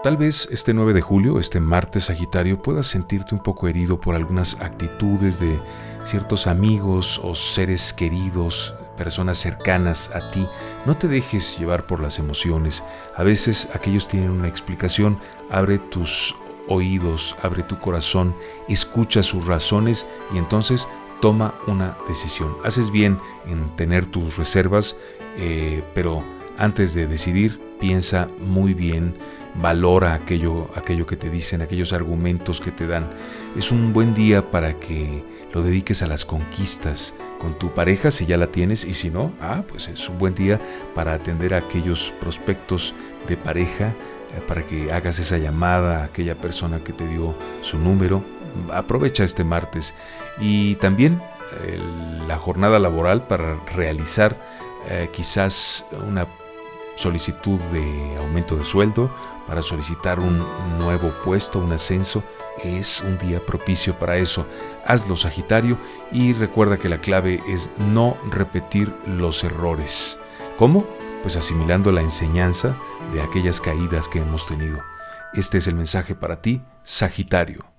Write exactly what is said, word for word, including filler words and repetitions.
Tal vez este nueve de julio, este martes Sagitario, puedas sentirte un poco herido por algunas actitudes de ciertos amigos o seres queridos, personas cercanas a ti. No te dejes llevar por las emociones. A veces aquellos tienen una explicación. Abre tus oídos, abre tu corazón, escucha sus razones y entonces toma una decisión. Haces bien en tener tus reservas, eh, pero antes de decidir, piensa muy bien. Valora aquello, aquello que te dicen, aquellos argumentos que te dan. Es un buen día para que lo dediques a las conquistas con tu pareja, si ya la tienes, y si no, ah, pues es un buen día para atender a aquellos prospectos de pareja, eh, para que hagas esa llamada a aquella persona que te dio su número. Aprovecha este martes y también eh, la jornada laboral para realizar eh, quizás una solicitud de aumento de sueldo, para solicitar un nuevo puesto, un ascenso. Es un día propicio para eso. Hazlo, Sagitario, y recuerda que la clave es no repetir los errores. ¿Cómo? Pues asimilando la enseñanza de aquellas caídas que hemos tenido. Este es el mensaje para ti, Sagitario.